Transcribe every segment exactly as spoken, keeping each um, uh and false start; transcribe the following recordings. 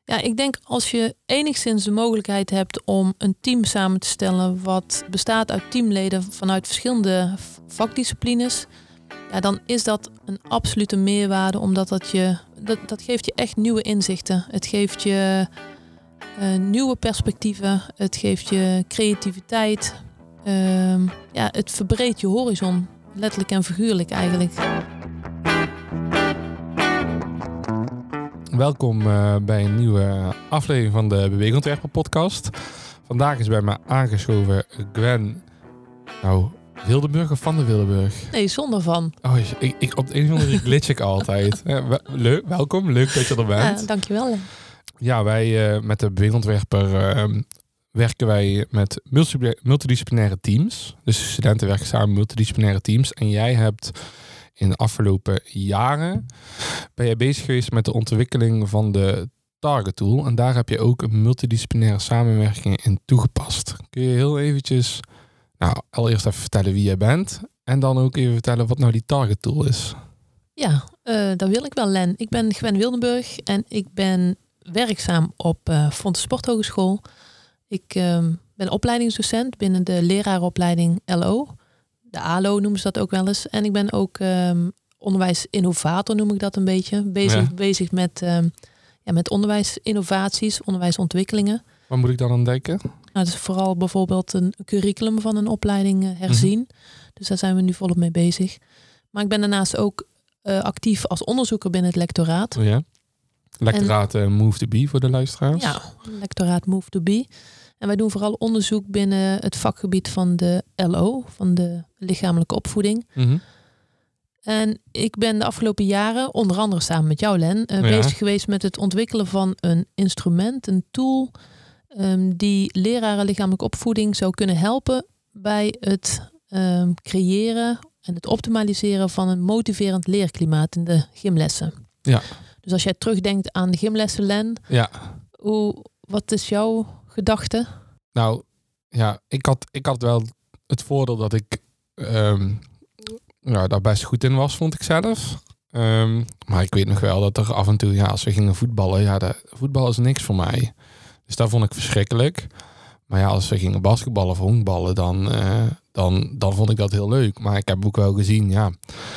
Ja, ik denk als je enigszins de mogelijkheid hebt om een team samen te stellen wat bestaat uit teamleden vanuit verschillende vakdisciplines, ja, dan is dat een absolute meerwaarde, omdat dat je dat, dat geeft je echt nieuwe inzichten. Het geeft je uh, nieuwe perspectieven, het geeft je creativiteit. Uh, ja, het verbreedt je horizon, letterlijk en figuurlijk eigenlijk. Welkom uh, bij een nieuwe aflevering van de Beweegontwerper podcast. Vandaag is bij mij aangeschoven Gwen, nou, Wildenburg of Van de Wildenburg? Nee, zonder van. Oh, ik, ik, op de een of andere glitch ik altijd. Ja, leuk, welkom, leuk dat je er bent. Ja, dankjewel. Ja, wij uh, met de Beweegontwerper uh, werken wij met multidisciplinaire teams. Dus studenten werken samen met multidisciplinaire teams. En jij hebt in de afgelopen jaren ben je bezig geweest met de ontwikkeling van de Target Tool. En daar heb je ook een multidisciplinaire samenwerking in toegepast. Kun je heel eventjes, nou, allereerst even vertellen wie jij bent. En dan ook even vertellen wat nou die Target Tool is. Ja, uh, dat wil ik wel, Len. Ik ben Gwen Wildenburg en ik ben werkzaam op uh, Fontes Sporthogeschool. Ik uh, ben opleidingsdocent binnen de leraaropleiding L O. De A L O noemen ze dat ook wel eens. En ik ben ook um, onderwijsinnovator, noem ik dat een beetje. Bezig, ja. bezig met, um, ja, met onderwijsinnovaties, onderwijsontwikkelingen. Waar moet ik dan aan denken? Nou, dus vooral bijvoorbeeld een curriculum van een opleiding uh, herzien. Mm-hmm. Dus daar zijn we nu volop mee bezig. Maar ik ben daarnaast ook uh, actief als onderzoeker binnen het lectoraat. Oh ja. Lectoraat en, uh, Move to Be voor de luisteraars. Ja, lectoraat Move to Be. En wij doen vooral onderzoek binnen het vakgebied van de L O, van de lichamelijke opvoeding. Mm-hmm. En ik ben de afgelopen jaren, onder andere samen met jou, Len, uh, ja. bezig geweest met het ontwikkelen van een instrument, een tool, um, die leraren lichamelijke opvoeding zou kunnen helpen bij het um, creëren en het optimaliseren van een motiverend leerklimaat in de gymlessen. Ja. Dus als jij terugdenkt aan de gymlessen, Len, ja. hoe, wat is jouw gedachte? Nou, ja, ik had, ik had wel het voordeel dat ik um, ja, daar best goed in was, vond ik zelf. Um, maar ik weet nog wel dat er af en toe, ja, als we gingen voetballen, ja, de, voetbal is niks voor mij. Dus dat vond ik verschrikkelijk. Maar ja, als we gingen basketballen of honkballen, dan, uh, dan, dan vond ik dat heel leuk. Maar ik heb ook wel gezien, ja,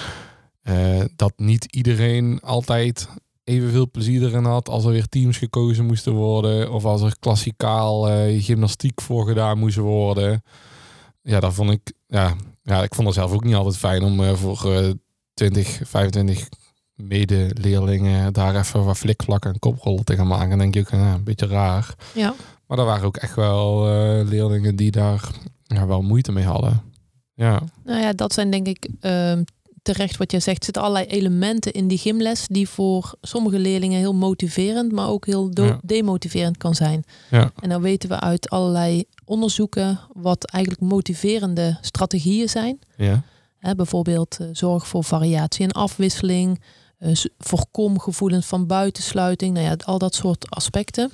uh, dat niet iedereen altijd evenveel plezier erin had als er weer teams gekozen moesten worden. Of als er klassikaal uh, gymnastiek voor gedaan moest worden. Ja, dat vond ik, ja, ja, ik vond het zelf ook niet altijd fijn om uh, voor uh, twintig, vijfentwintig medeleerlingen daar even wat flikvlakken en koprollen te gaan maken. Dan denk je ook, ja, een beetje raar. Ja. Maar er waren ook echt wel uh, leerlingen die daar ja, wel moeite mee hadden. Ja. Nou ja, dat zijn denk ik uh, terecht wat jij zegt. Er zitten allerlei elementen in die gymles die voor sommige leerlingen heel motiverend, maar ook heel do- ja. demotiverend kan zijn. Ja. En dan weten we uit allerlei onderzoeken wat eigenlijk motiverende strategieën zijn. Ja. Hè, bijvoorbeeld uh, zorg voor variatie en afwisseling, uh, voorkom gevoelens van buitensluiting, nou ja, al dat soort aspecten.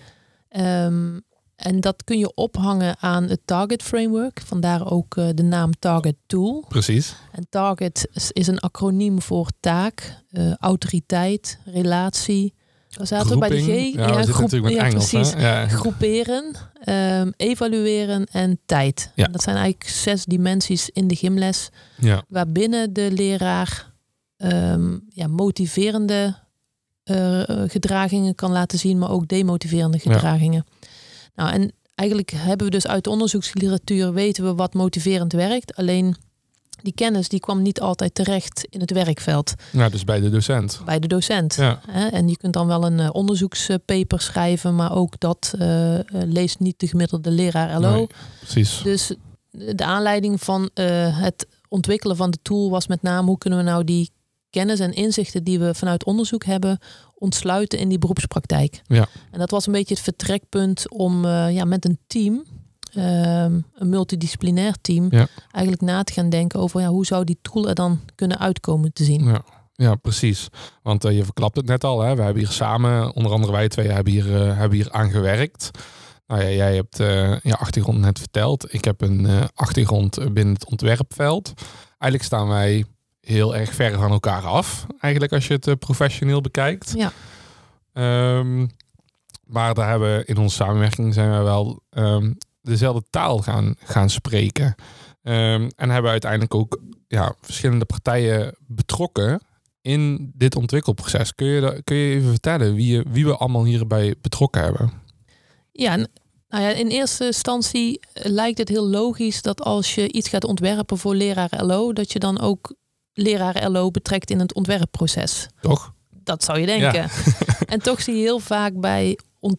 Um, en dat kun je ophangen aan het Target Framework. Vandaar ook uh, de naam Target Tool. Precies. En Target is een acroniem voor taak, uh, autoriteit, relatie. Daar zaten we bij de G. Ja, ja, we groep, natuurlijk met ja, Engels. Precies. Ja. Groeperen, um, evalueren en tijd. Ja. En dat zijn eigenlijk zes dimensies in de gymles. Ja. Waarbinnen de leraar um, ja, motiverende uh, gedragingen kan laten zien, maar ook demotiverende gedragingen. Ja. Nou, en eigenlijk hebben we dus uit de onderzoeksliteratuur weten we wat motiverend werkt. Alleen die kennis die kwam niet altijd terecht in het werkveld. Ja, dus bij de docent. Bij de docent. Ja. En je kunt dan wel een uh, onderzoekspaper schrijven, maar ook dat uh, leest niet de gemiddelde leraar L O. Nee, precies. Dus de aanleiding van uh, het ontwikkelen van de tool was met name hoe kunnen we nou die kennis en inzichten die we vanuit onderzoek hebben ontsluiten in die beroepspraktijk. Ja. En dat was een beetje het vertrekpunt om uh, ja, met een team, uh, een multidisciplinair team, ja. eigenlijk na te gaan denken over ja, hoe zou die tool er dan kunnen uitkomen te zien. Ja, ja precies. Want uh, je verklapt het net al. Hè? We hebben hier samen, onder andere wij twee, hebben hier, uh, hebben hier aan gewerkt. Nou ja, jij hebt uh, je achtergrond net verteld. Ik heb een uh, achtergrond binnen het ontwerpveld. Eigenlijk staan wij heel erg ver van elkaar af. Eigenlijk als je het uh, professioneel bekijkt. Ja. Um, maar daar hebben we in onze samenwerking zijn we wel um, dezelfde taal gaan, gaan spreken. Um, en hebben uiteindelijk ook ja, verschillende partijen betrokken in dit ontwikkelproces. Kun je, kun je even vertellen wie, wie we allemaal hierbij betrokken hebben? Ja, nou ja, in eerste instantie lijkt het heel logisch dat als je iets gaat ontwerpen voor leraren L O, dat je dan ook leraren L O betrekt in het ontwerpproces. Toch? Dat zou je denken. Ja. En toch zie je heel vaak bij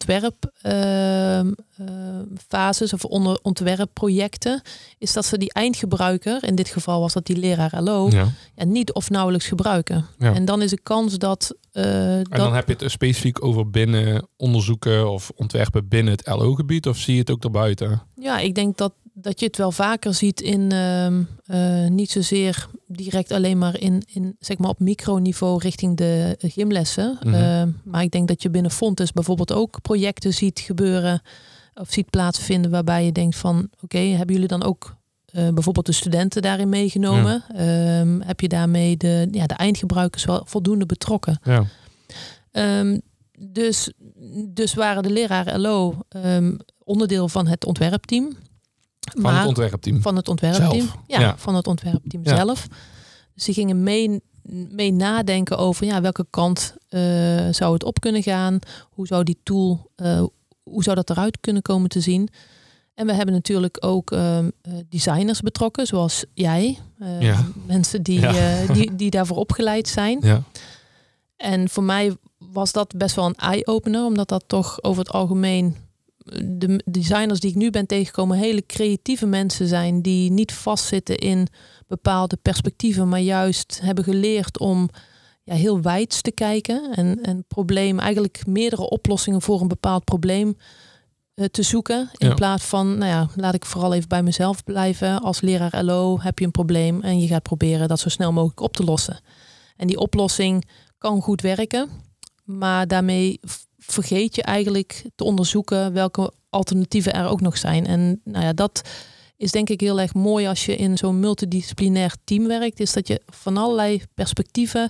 ontwerpfases uh, uh, of onder ontwerpprojecten, is dat ze die eindgebruiker, in dit geval was dat die leraar L O, ja. Ja, niet of nauwelijks gebruiken. Ja. En dan is de kans dat... Uh, en dat... dan heb je het specifiek over binnen onderzoeken of ontwerpen binnen het L O-gebied, of zie je het ook erbuiten? Ja, ik denk dat, dat je het wel vaker ziet in uh, uh, niet zozeer direct alleen maar in, in zeg maar op microniveau richting de gymlessen. Mm-hmm. Uh, maar ik denk dat je binnen Fontys bijvoorbeeld ook projecten ziet gebeuren of ziet plaatsvinden waarbij je denkt van oké, okay, hebben jullie dan ook uh, bijvoorbeeld de studenten daarin meegenomen? Ja. Um, heb je daarmee de, ja, de eindgebruikers wel voldoende betrokken? Ja. Um, dus, dus waren de leraren L O um, onderdeel van het ontwerpteam. Van maar, het ontwerpteam? Van het ontwerpteam, ja, ja. Van het ontwerpteam ja. zelf. Dus die gingen mee, mee nadenken over ja, welke kant uh, zou het op kunnen gaan. Hoe zou die tool, uh, hoe zou dat eruit kunnen komen te zien. En we hebben natuurlijk ook uh, designers betrokken, zoals jij. Uh, ja. Mensen die, ja. uh, die, die daarvoor opgeleid zijn. Ja. En voor mij was dat best wel een eye-opener, omdat dat toch over het algemeen de designers die ik nu ben tegengekomen hele creatieve mensen zijn die niet vastzitten in bepaalde perspectieven, maar juist hebben geleerd om ja, heel wijd te kijken en een probleem, eigenlijk meerdere oplossingen voor een bepaald probleem uh, te zoeken. In ja. plaats van, nou ja, laat ik vooral even bij mezelf blijven. Als leraar L O heb je een probleem en je gaat proberen dat zo snel mogelijk op te lossen. En die oplossing kan goed werken, maar daarmee vergeet je eigenlijk te onderzoeken welke alternatieven er ook nog zijn. En nou ja, dat is denk ik heel erg mooi als je in zo'n multidisciplinair team werkt, is dat je van allerlei perspectieven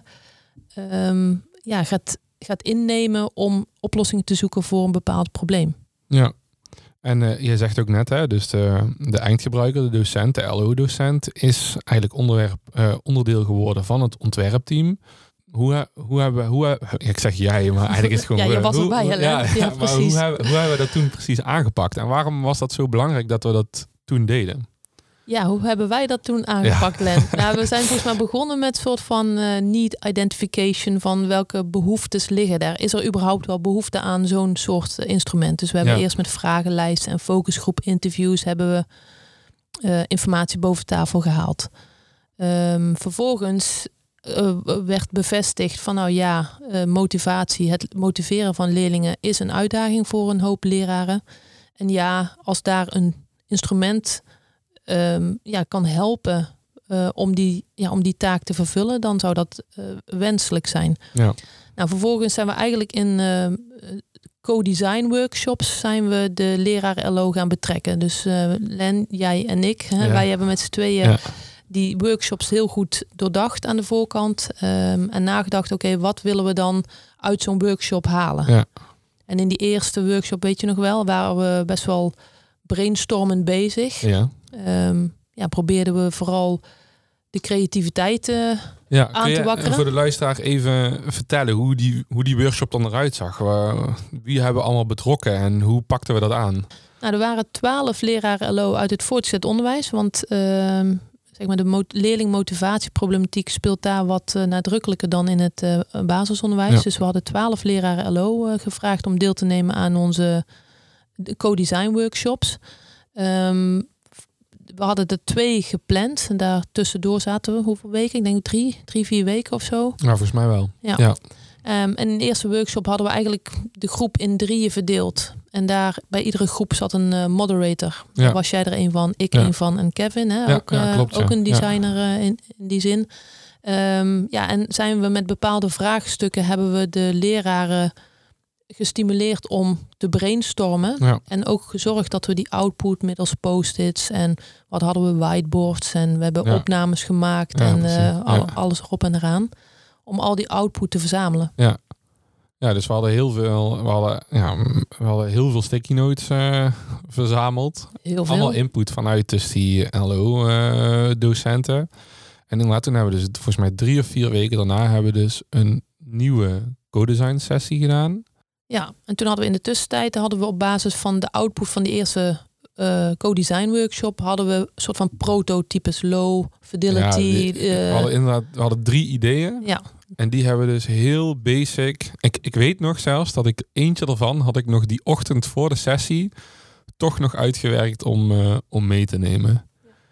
um, ja, gaat, gaat innemen om oplossingen te zoeken voor een bepaald probleem. Ja, en uh, je zegt ook net, hè, dus de, de eindgebruiker, de docent, de L O-docent, is eigenlijk onderwerp, uh, onderdeel geworden van het ontwerpteam. Hoe, hoe hebben hoe, ik zeg jij, maar eigenlijk is het gewoon... Ja, je was erbij, hè? Ja, ja, ja, maar precies. Hoe hebben, hoe hebben we dat toen precies aangepakt? En waarom was dat zo belangrijk dat we dat toen deden? Ja, hoe hebben wij dat toen aangepakt, ja. Len? Nou, we zijn volgens mij begonnen met een soort van uh, need identification van welke behoeftes liggen daar. Is er überhaupt wel behoefte aan zo'n soort uh, instrument? Dus we hebben ja. eerst met vragenlijsten en focusgroep interviews hebben we uh, informatie boven tafel gehaald. Um, vervolgens uh, werd bevestigd van nou ja, uh, motivatie, het motiveren van leerlingen is een uitdaging voor een hoop leraren. En ja, als daar een instrument um, ja, kan helpen uh, om, die, ja, om die taak te vervullen, dan zou dat uh, wenselijk zijn. Ja. Nou, vervolgens zijn we eigenlijk in uh, co-design workshops zijn we de leraar L O gaan betrekken. Dus uh, Len, jij en ik, hè, ja. wij hebben met z'n tweeën ja. die workshops heel goed doordacht aan de voorkant. Um, en nagedacht, oké, okay, wat willen we dan uit zo'n workshop halen? Ja. En in die eerste workshop, weet je nog wel, waren we best wel brainstormend bezig. Ja. Um, ja, probeerden we vooral de creativiteit uh, ja, aan te wakkeren. Voor de luisteraar even vertellen hoe die, hoe die workshop dan eruit zag. Wie hebben we allemaal betrokken en hoe pakten we dat aan? Nou, er waren twaalf leraren L O uit het voortgezet onderwijs. Want uh, zeg maar de mo- leerlingmotivatieproblematiek speelt daar wat uh, nadrukkelijker dan in het uh, basisonderwijs. Ja. Dus we hadden twaalf leraren L O uh, gevraagd om deel te nemen aan onze co-design workshops. Um, we hadden er twee gepland. En daar tussendoor zaten we hoeveel weken? Ik denk drie, drie, vier weken of zo. Nou, volgens mij wel. Ja. ja. Um, en in de eerste workshop hadden we eigenlijk de groep in drieën verdeeld. En daar bij iedere groep zat een uh, moderator. Ja. Daar was jij er een van, ik ja. een van en Kevin. Hè? Ja, ook ja, uh, klopt, ook ja. een designer uh, in, in die zin. Um, ja, en zijn we met bepaalde vraagstukken hebben we de leraren gestimuleerd om te brainstormen. Ja. En ook gezorgd dat we die output middels post-its en wat hadden we whiteboards en we hebben ja. opnames gemaakt ja, en uh, al, ja. alles erop en eraan. Om al die output te verzamelen. Ja. Ja, dus we hadden heel veel, we hadden, ja, we hadden heel veel sticky notes uh, verzameld. Heel veel. Allemaal input vanuit dus die L O-docenten. Uh, en inderdaad, toen hebben we dus volgens mij drie of vier weken daarna hebben we dus een nieuwe co-design sessie gedaan. Ja, en toen hadden we in de tussentijd hadden we op basis van de output van de eerste uh, co-design workshop hadden we een soort van prototypes, low fidelity. Ja, die, uh, we hadden inderdaad, we hadden drie ideeën. Ja. En die hebben we dus heel basic. Ik, ik weet nog zelfs dat ik eentje ervan had ik nog die ochtend voor de sessie toch nog uitgewerkt om, uh, om mee te nemen.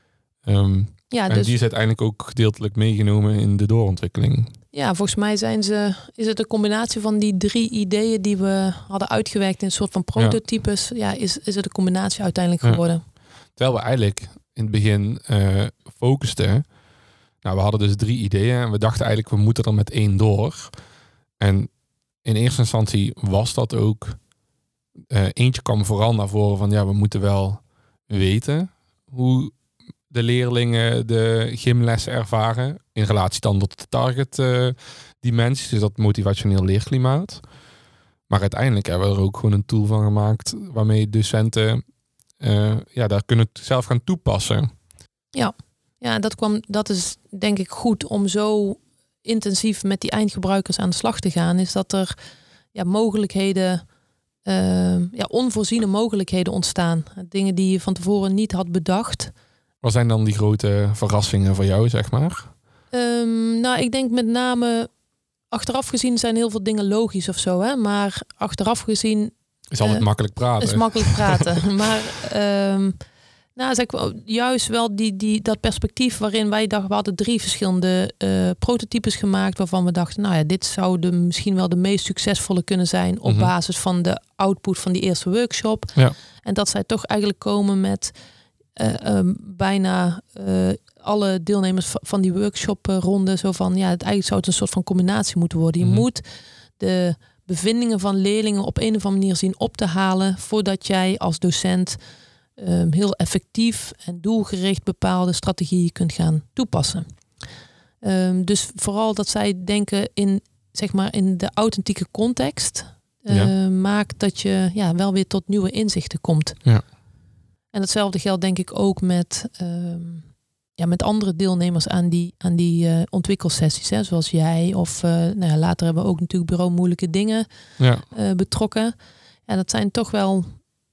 Um, ja, en dus, die is uiteindelijk ook gedeeltelijk meegenomen in de doorontwikkeling. Ja, volgens mij zijn ze, is het een combinatie van die drie ideeën die we hadden uitgewerkt in een soort van prototypes. Ja, ja is, is het een combinatie uiteindelijk geworden. Ja. Terwijl we eigenlijk in het begin uh, focusten. Nou, we hadden dus drie ideeën en we dachten eigenlijk, we moeten er met één door. En in eerste instantie was dat ook. Uh, eentje kwam vooral naar voren van, ja, we moeten wel weten hoe de leerlingen de gymlessen ervaren. In relatie dan tot de target uh, dimensies, dus dat motivationeel leerklimaat. Maar uiteindelijk hebben we er ook gewoon een tool van gemaakt waarmee docenten uh, ja, daar kunnen zelf gaan toepassen. Ja. Ja, dat kwam, dat is denk ik goed om zo intensief met die eindgebruikers aan de slag te gaan. Is dat er ja, mogelijkheden, uh, ja, onvoorziene mogelijkheden ontstaan. Dingen die je van tevoren niet had bedacht. Wat zijn dan die grote verrassingen voor jou, zeg maar? Um, nou, ik denk met name, achteraf gezien zijn heel veel dingen logisch of zo. Hè? Maar achteraf gezien... Is altijd uh, makkelijk praten. Is makkelijk praten. maar... Um, Nou, zeg ik juist wel die, die, dat perspectief waarin wij dachten, we hadden drie verschillende uh, prototypes gemaakt waarvan we dachten, nou ja, dit zou de, misschien wel de meest succesvolle kunnen zijn op mm-hmm. basis van de output van die eerste workshop. Ja. En dat zij toch eigenlijk komen met uh, um, bijna uh, alle deelnemers van die workshop uh, ronde zo van, ja, het eigenlijk zou het een soort van combinatie moeten worden. Je mm-hmm. moet de bevindingen van leerlingen op een of andere manier zien op te halen voordat jij als docent Um, heel effectief en doelgericht bepaalde strategieën kunt gaan toepassen. Um, dus vooral dat zij denken in, zeg maar, in de authentieke context uh, ja. maakt dat je ja, wel weer tot nieuwe inzichten komt. Ja. En hetzelfde geldt denk ik ook met, um, ja, met andere deelnemers aan die, aan die uh, ontwikkelsessies. Hè, zoals jij of uh, nou ja, later hebben we ook natuurlijk bureau moeilijke dingen ja. uh, betrokken. En dat zijn toch wel...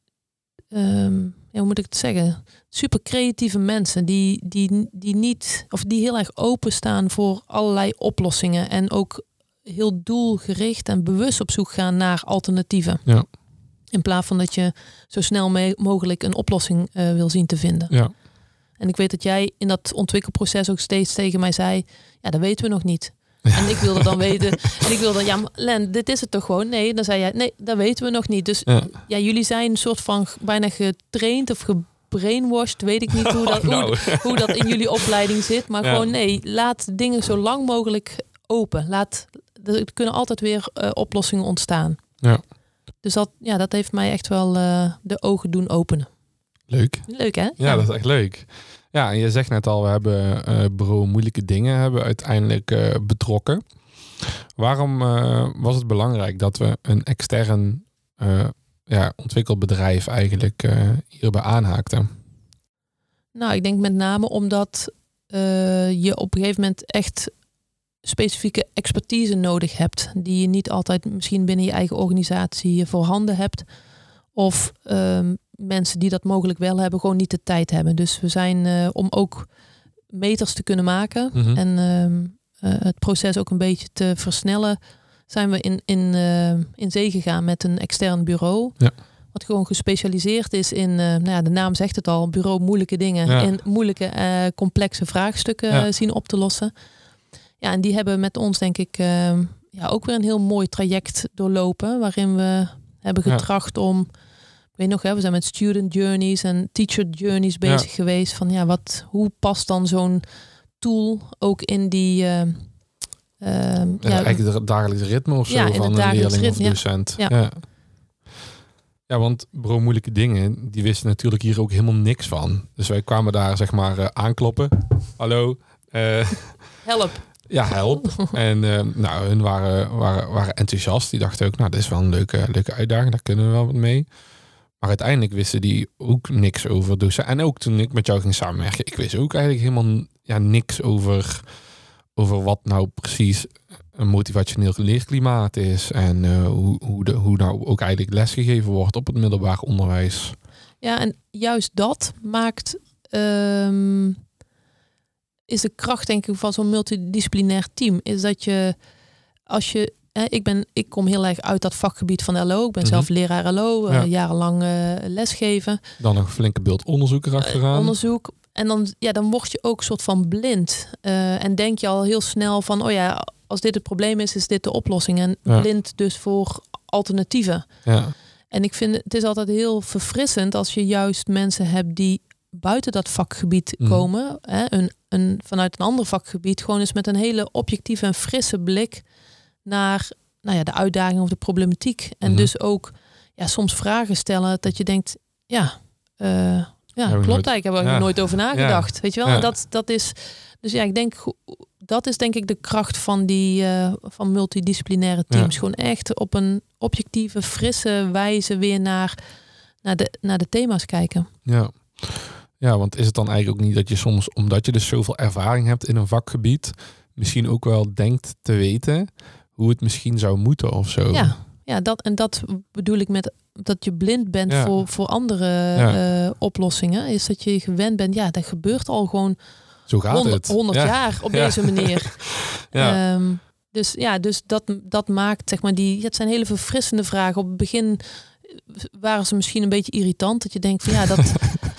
Um, ja, hoe moet ik het zeggen? Super creatieve mensen die, die, die niet, of die heel erg openstaan voor allerlei oplossingen en ook heel doelgericht en bewust op zoek gaan naar alternatieven. Ja. In plaats van dat je zo snel mee, mogelijk een oplossing uh, wil zien te vinden. Ja. En ik weet dat jij in dat ontwikkelproces ook steeds tegen mij zei, ja, dat weten we nog niet. En ik wilde dan weten, en ik wilde, ja, maar Len, dit is het toch gewoon? Nee, dan zei jij, nee, dat weten we nog niet. Dus ja, ja jullie zijn een soort van bijna getraind of gebrainwashed, weet ik niet hoe dat, oh, nou. hoe, hoe dat in jullie opleiding zit. Maar ja. gewoon nee, laat dingen zo lang mogelijk open. Laat, er kunnen altijd weer uh, oplossingen ontstaan. Ja. Dus dat, ja, dat heeft mij echt wel uh, de ogen doen openen. Leuk. Leuk, hè? Ja, ja, dat is echt leuk. Ja, en je zegt net al, we hebben uh, bureau moeilijke dingen hebben uiteindelijk uh, betrokken. Waarom uh, was het belangrijk dat we een extern uh, ja, ontwikkelbedrijf eigenlijk uh, hierbij aanhaakten? Nou, ik denk met name omdat uh, je op een gegeven moment echt specifieke expertise nodig hebt, die je niet altijd misschien binnen je eigen organisatie voorhanden hebt. Of um, mensen die dat mogelijk wel hebben, gewoon niet de tijd hebben. Dus we zijn uh, om ook meters te kunnen maken mm-hmm. en uh, uh, het proces ook een beetje te versnellen, zijn we in, in, uh, in zee gegaan met een extern bureau. Ja. Wat gewoon gespecialiseerd is in, uh, nou ja, de naam zegt het al, bureau moeilijke dingen. Ja. En moeilijke, uh, complexe vraagstukken ja. zien op te lossen. Ja, en die hebben met ons denk ik uh, ja, ook weer een heel mooi traject doorlopen, waarin we hebben getracht ja. om, ik weet nog, hè, we zijn met student journeys en teacher journeys bezig ja. geweest. Van ja, wat, hoe past dan zo'n tool ook in die uh, uh, ja, ja, eigenlijk het dagelijks ritme of zo ja, van een leerling ritme, of docent. Ja. Ja. ja, want bureau moeilijke dingen, die wisten natuurlijk hier ook helemaal niks van. Dus wij kwamen daar zeg maar uh, aankloppen. Hallo. Uh, Help. Ja, help. En uh, nou, hun waren, waren, waren enthousiast. Die dachten ook, nou, dit is wel een leuke, leuke uitdaging. Daar kunnen we wel wat mee. Maar uiteindelijk wisten die ook niks over docenten. En ook toen ik met jou ging samenwerken, ik wist ook eigenlijk helemaal ja, niks over, over wat nou precies een motivationeel leerklimaat is. En uh, hoe, hoe, de, hoe nou ook eigenlijk lesgegeven wordt op het middelbaar onderwijs. Ja, en juist dat maakt... Um, is de kracht, denk ik, van zo'n multidisciplinair team. Is dat je, als je... Eh, ik, ben, ik kom heel erg uit dat vakgebied van L O. Ik ben mm-hmm. zelf leraar L O, ja. uh, jarenlang uh, lesgeven. Dan een flinke beeldonderzoek erachteraan. Uh, onderzoek. En dan, ja, dan word je ook soort van blind. Uh, en denk je al heel snel van, oh ja, als dit het probleem is, is dit de oplossing. En ja. blind dus voor alternatieven. Ja. En ik vind, het is altijd heel verfrissend als je juist mensen hebt die buiten dat vakgebied mm. komen. Hè, een, een, vanuit een ander vakgebied. Gewoon eens met een hele objectieve en frisse blik naar nou ja, de uitdaging of de problematiek. En mm. dus ook ja, soms vragen stellen dat je denkt, ja, uh, ja klopt nooit, eigenlijk. Heb ik ja. er nooit over nagedacht. Ja. Weet je wel? Ja. Dat, dat is, dus ja, ik denk, dat is denk ik de kracht van die uh, van multidisciplinaire teams. Ja. Gewoon echt op een objectieve, frisse wijze weer naar, naar, de, naar de thema's kijken. Ja. Ja, want is het dan eigenlijk ook niet dat je soms, omdat je dus zoveel ervaring hebt in een vakgebied, misschien ook wel denkt te weten hoe het misschien zou moeten of zo? Ja, ja dat, en dat bedoel ik met dat je blind bent ja. voor, voor andere ja. uh, oplossingen. Is dat je gewend bent, ja, dat gebeurt al gewoon zo gaat honderd, het. honderd ja. jaar op ja. deze manier. ja. Um, dus ja, dus dat, dat maakt, zeg maar, die, het zijn hele verfrissende vragen. Op het begin waren ze misschien een beetje irritant. Dat je denkt van ja, dat...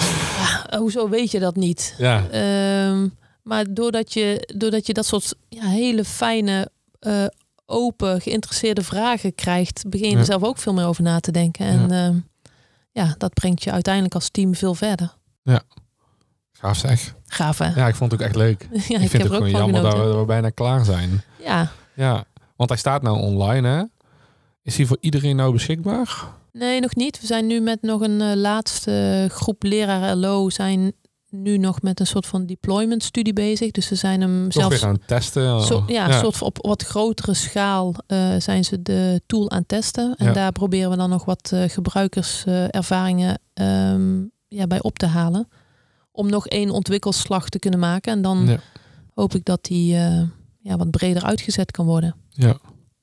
ja, hoezo weet je dat niet? Ja. Um, maar doordat je, doordat je dat soort ja, hele fijne, uh, open, geïnteresseerde vragen krijgt, begin je ja. er zelf ook veel meer over na te denken. En ja. Um, ja, dat brengt je uiteindelijk als team veel verder. Ja. Gaaf zeg. Gaaf hè? Ja, ik vond het ook echt leuk. ja, ik, ik vind het ook gewoon jammer dat we, dat we bijna klaar zijn. Ja. Ja, want hij staat nou online hè? Is hij voor iedereen nou beschikbaar? Nee, nog niet. We zijn nu met nog een uh, laatste groep leraren L O zijn nu nog met een soort van deployment studie bezig. Dus ze zijn hem Toch zelfs weer aan het testen. Zo, ja, ja. soort van op wat grotere schaal uh, zijn ze de tool aan het testen. En ja. daar proberen we dan nog wat uh, gebruikerservaringen uh, um, ja, bij op te halen. Om nog één ontwikkelslag te kunnen maken. En dan ja. hoop ik dat die uh, ja, wat breder uitgezet kan worden. Ja.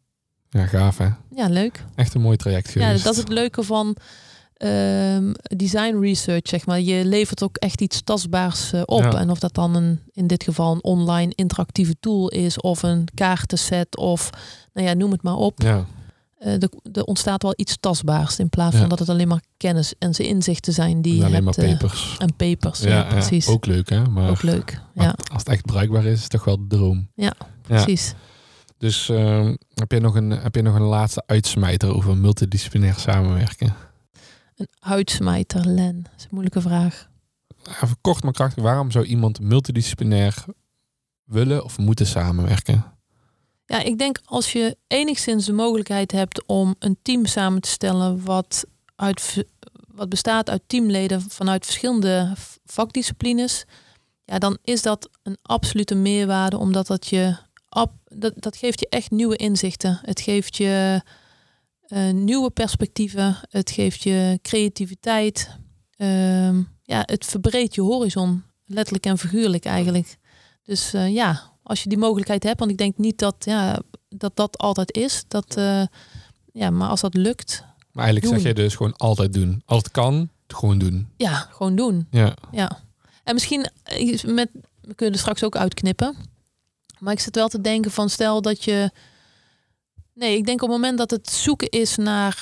Ja, gaaf hè? Ja, leuk. Echt een mooi traject geweest. Ja, dat is het leuke van um, design research, zeg maar. Je levert ook echt iets tastbaars uh, op. Ja. En of dat dan een, in dit geval een online interactieve tool is, of een kaartenset, of nou ja, noem het maar op. Ja. Uh, er, er ontstaat wel iets tastbaars in plaats van ja. dat het alleen maar kennis en zijn inzichten zijn die en alleen hebt, maar papers. Uh, en papers, ja, ja, ja precies. Ja, ook leuk hè? Maar ook leuk, ja. Als het echt bruikbaar is, is het toch wel de droom. Ja, precies. Ja. Dus uh, heb, je nog een, heb je nog een laatste uitsmijter over multidisciplinair samenwerken? Een uitsmijter, Len. Dat is een moeilijke vraag. Even kort maar krachtig. Waarom zou iemand multidisciplinair willen of moeten samenwerken? Ja, ik denk als je enigszins de mogelijkheid hebt om een team samen te stellen wat, uit, wat bestaat uit teamleden vanuit verschillende vakdisciplines, ja, dan is dat een absolute meerwaarde, omdat dat je Dat, dat geeft je echt nieuwe inzichten. Het geeft je uh, nieuwe perspectieven. Het geeft je creativiteit. Uh, ja, het verbreedt je horizon. Letterlijk en figuurlijk eigenlijk. Dus uh, ja, als je die mogelijkheid hebt. Want ik denk niet dat ja, dat, dat altijd is. Dat, uh, ja, maar als dat lukt. Maar eigenlijk doen. Zeg je dus gewoon altijd doen. Als het kan, gewoon doen. Ja, gewoon doen. Ja. Ja. En misschien, met, we kunnen er straks ook uitknippen. Maar ik zit wel te denken van stel dat je... Nee, ik denk op het moment dat het zoeken is naar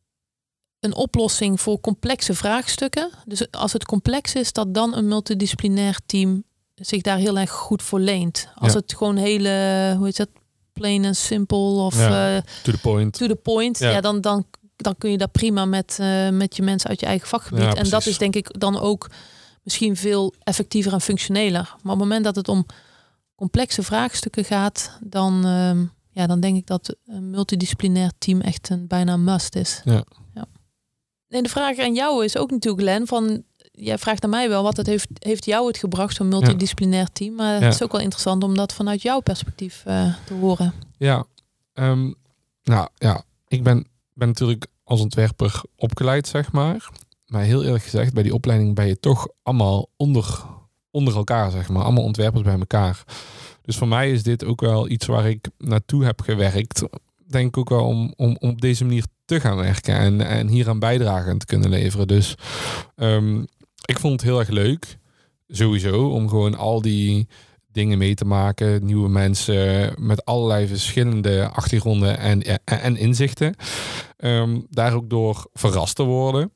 een oplossing voor complexe vraagstukken. Dus als het complex is, dat dan een multidisciplinair team zich daar heel erg goed voor leent. Als ja. het gewoon hele, hoe heet dat, plain en simple of ja, uh, to the point. To the point. Ja, ja dan, dan, dan kun je dat prima met, uh, met je mensen uit je eigen vakgebied. Ja, en dat is denk ik dan ook misschien veel effectiever en functioneler. Maar op het moment dat het om complexe vraagstukken gaat, dan, uh, ja, dan denk ik dat een multidisciplinair team echt een bijna must is. Ja. Ja. En de vraag aan jou is ook natuurlijk, Len, van jij vraagt naar mij wel wat het heeft, heeft jou het gebracht, zo'n multidisciplinair team. Maar ja. Het is ook wel interessant om dat vanuit jouw perspectief uh, te horen. Ja, um, nou ja, ik ben, ben natuurlijk als ontwerper opgeleid, zeg maar. Maar heel eerlijk gezegd, bij die opleiding ben je toch allemaal onder, onder elkaar, zeg maar. Allemaal ontwerpers bij elkaar. Dus voor mij is dit ook wel iets waar ik naartoe heb gewerkt. Denk ik ook wel om, om, om op deze manier te gaan werken en, en hier aan bijdrage te kunnen leveren. Dus um, ik vond het heel erg leuk, sowieso, om gewoon al die dingen mee te maken. Nieuwe mensen met allerlei verschillende achtergronden en, en, en inzichten. Um, daar ook door verrast te worden.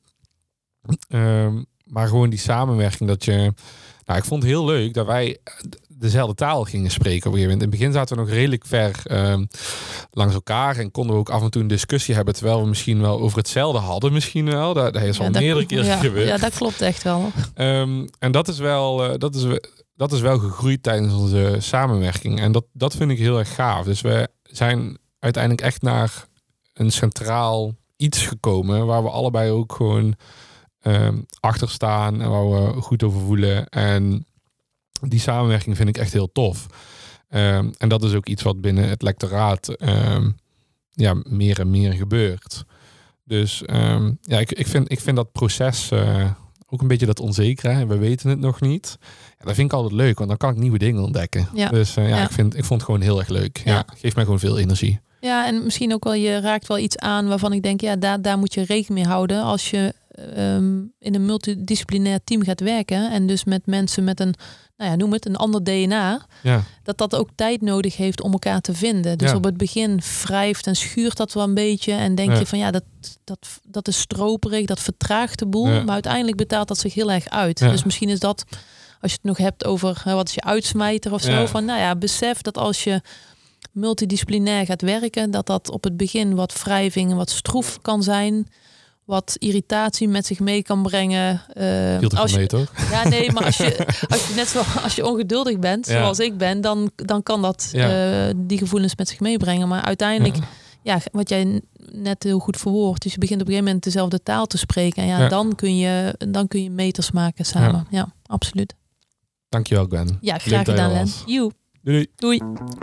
Um, maar gewoon die samenwerking dat je... Nou, ik vond het heel leuk dat wij dezelfde taal gingen spreken op een gegeven moment. In het begin zaten we nog redelijk ver um, langs elkaar en konden we ook af en toe een discussie hebben, terwijl we misschien wel over hetzelfde hadden, misschien wel. Dat, dat is al ja, meerdere keren ja, gebeurd. Ja, dat klopt echt wel. Um, en dat is wel, uh, dat is, dat is wel gegroeid tijdens onze samenwerking. En dat, dat vind ik heel erg gaaf. Dus we zijn uiteindelijk echt naar een centraal iets gekomen waar we allebei ook gewoon um, achter staan en waar we goed over voelen. En die samenwerking vind ik echt heel tof. Um, en dat is ook iets wat binnen het lectoraat um, ja, meer en meer gebeurt. Dus um, ja, ik, ik, vind, ik vind dat proces uh, ook een beetje dat onzekere. We weten het nog niet. Ja, dat vind ik altijd leuk, want dan kan ik nieuwe dingen ontdekken. Ja. Dus uh, ja, ja. Ik, vind, ik vond het gewoon heel erg leuk. Ja. Ja, geeft mij gewoon veel energie. Ja, en misschien ook wel, je raakt wel iets aan waarvan ik denk, ja, daar, daar moet je rekening mee houden als je um, in een multidisciplinair team gaat werken. En dus met mensen met een, nou ja, noem het, een ander D N A. Ja. Dat dat ook tijd nodig heeft om elkaar te vinden. Dus ja. op het begin wrijft en schuurt dat wel een beetje. En denk ja. je van, ja, dat, dat, dat is stroperig, dat vertraagt de boel. Ja. Maar uiteindelijk betaalt dat zich heel erg uit. Ja. Dus misschien is dat, als je het nog hebt over, uh, wat is je uitsmijter of zo. Ja. Van, nou ja, besef dat als je multidisciplinair gaat werken, dat dat op het begin wat wrijving en wat stroef kan zijn, wat irritatie met zich mee kan brengen. Uh, Hield als je, mee, toch? Ja, nee, maar als je, als je net zo, als je ongeduldig bent, ja. zoals ik ben, dan, dan kan dat ja. uh, die gevoelens met zich meebrengen. Maar uiteindelijk, ja. ja, wat jij net heel goed verwoordt, dus je begint op een gegeven moment dezelfde taal te spreken. En ja, ja. Dan, kun je, dan kun je meters maken samen. Ja, ja, absoluut. Dankjewel, Gwen. Ja, graag gedaan, Len. Joe. Doei. Doei.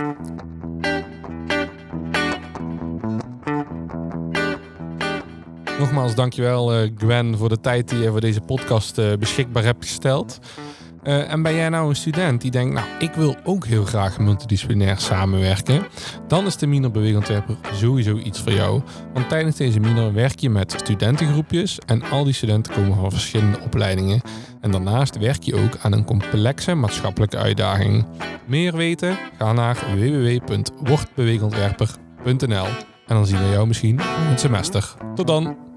Nogmaals, dankjewel uh, Gwen voor de tijd die je voor deze podcast uh, beschikbaar hebt gesteld. Uh, en ben jij nou een student die denkt, nou, ik wil ook heel graag multidisciplinair samenwerken, dan is de minor beweegontwerper sowieso iets voor jou. Want tijdens deze minor werk je met studentengroepjes en al die studenten komen van verschillende opleidingen. En daarnaast werk je ook aan een complexe maatschappelijke uitdaging. Meer weten? Ga naar w w w punt word beweegontwerper punt n l en dan zien we jou misschien in het semester. Tot dan!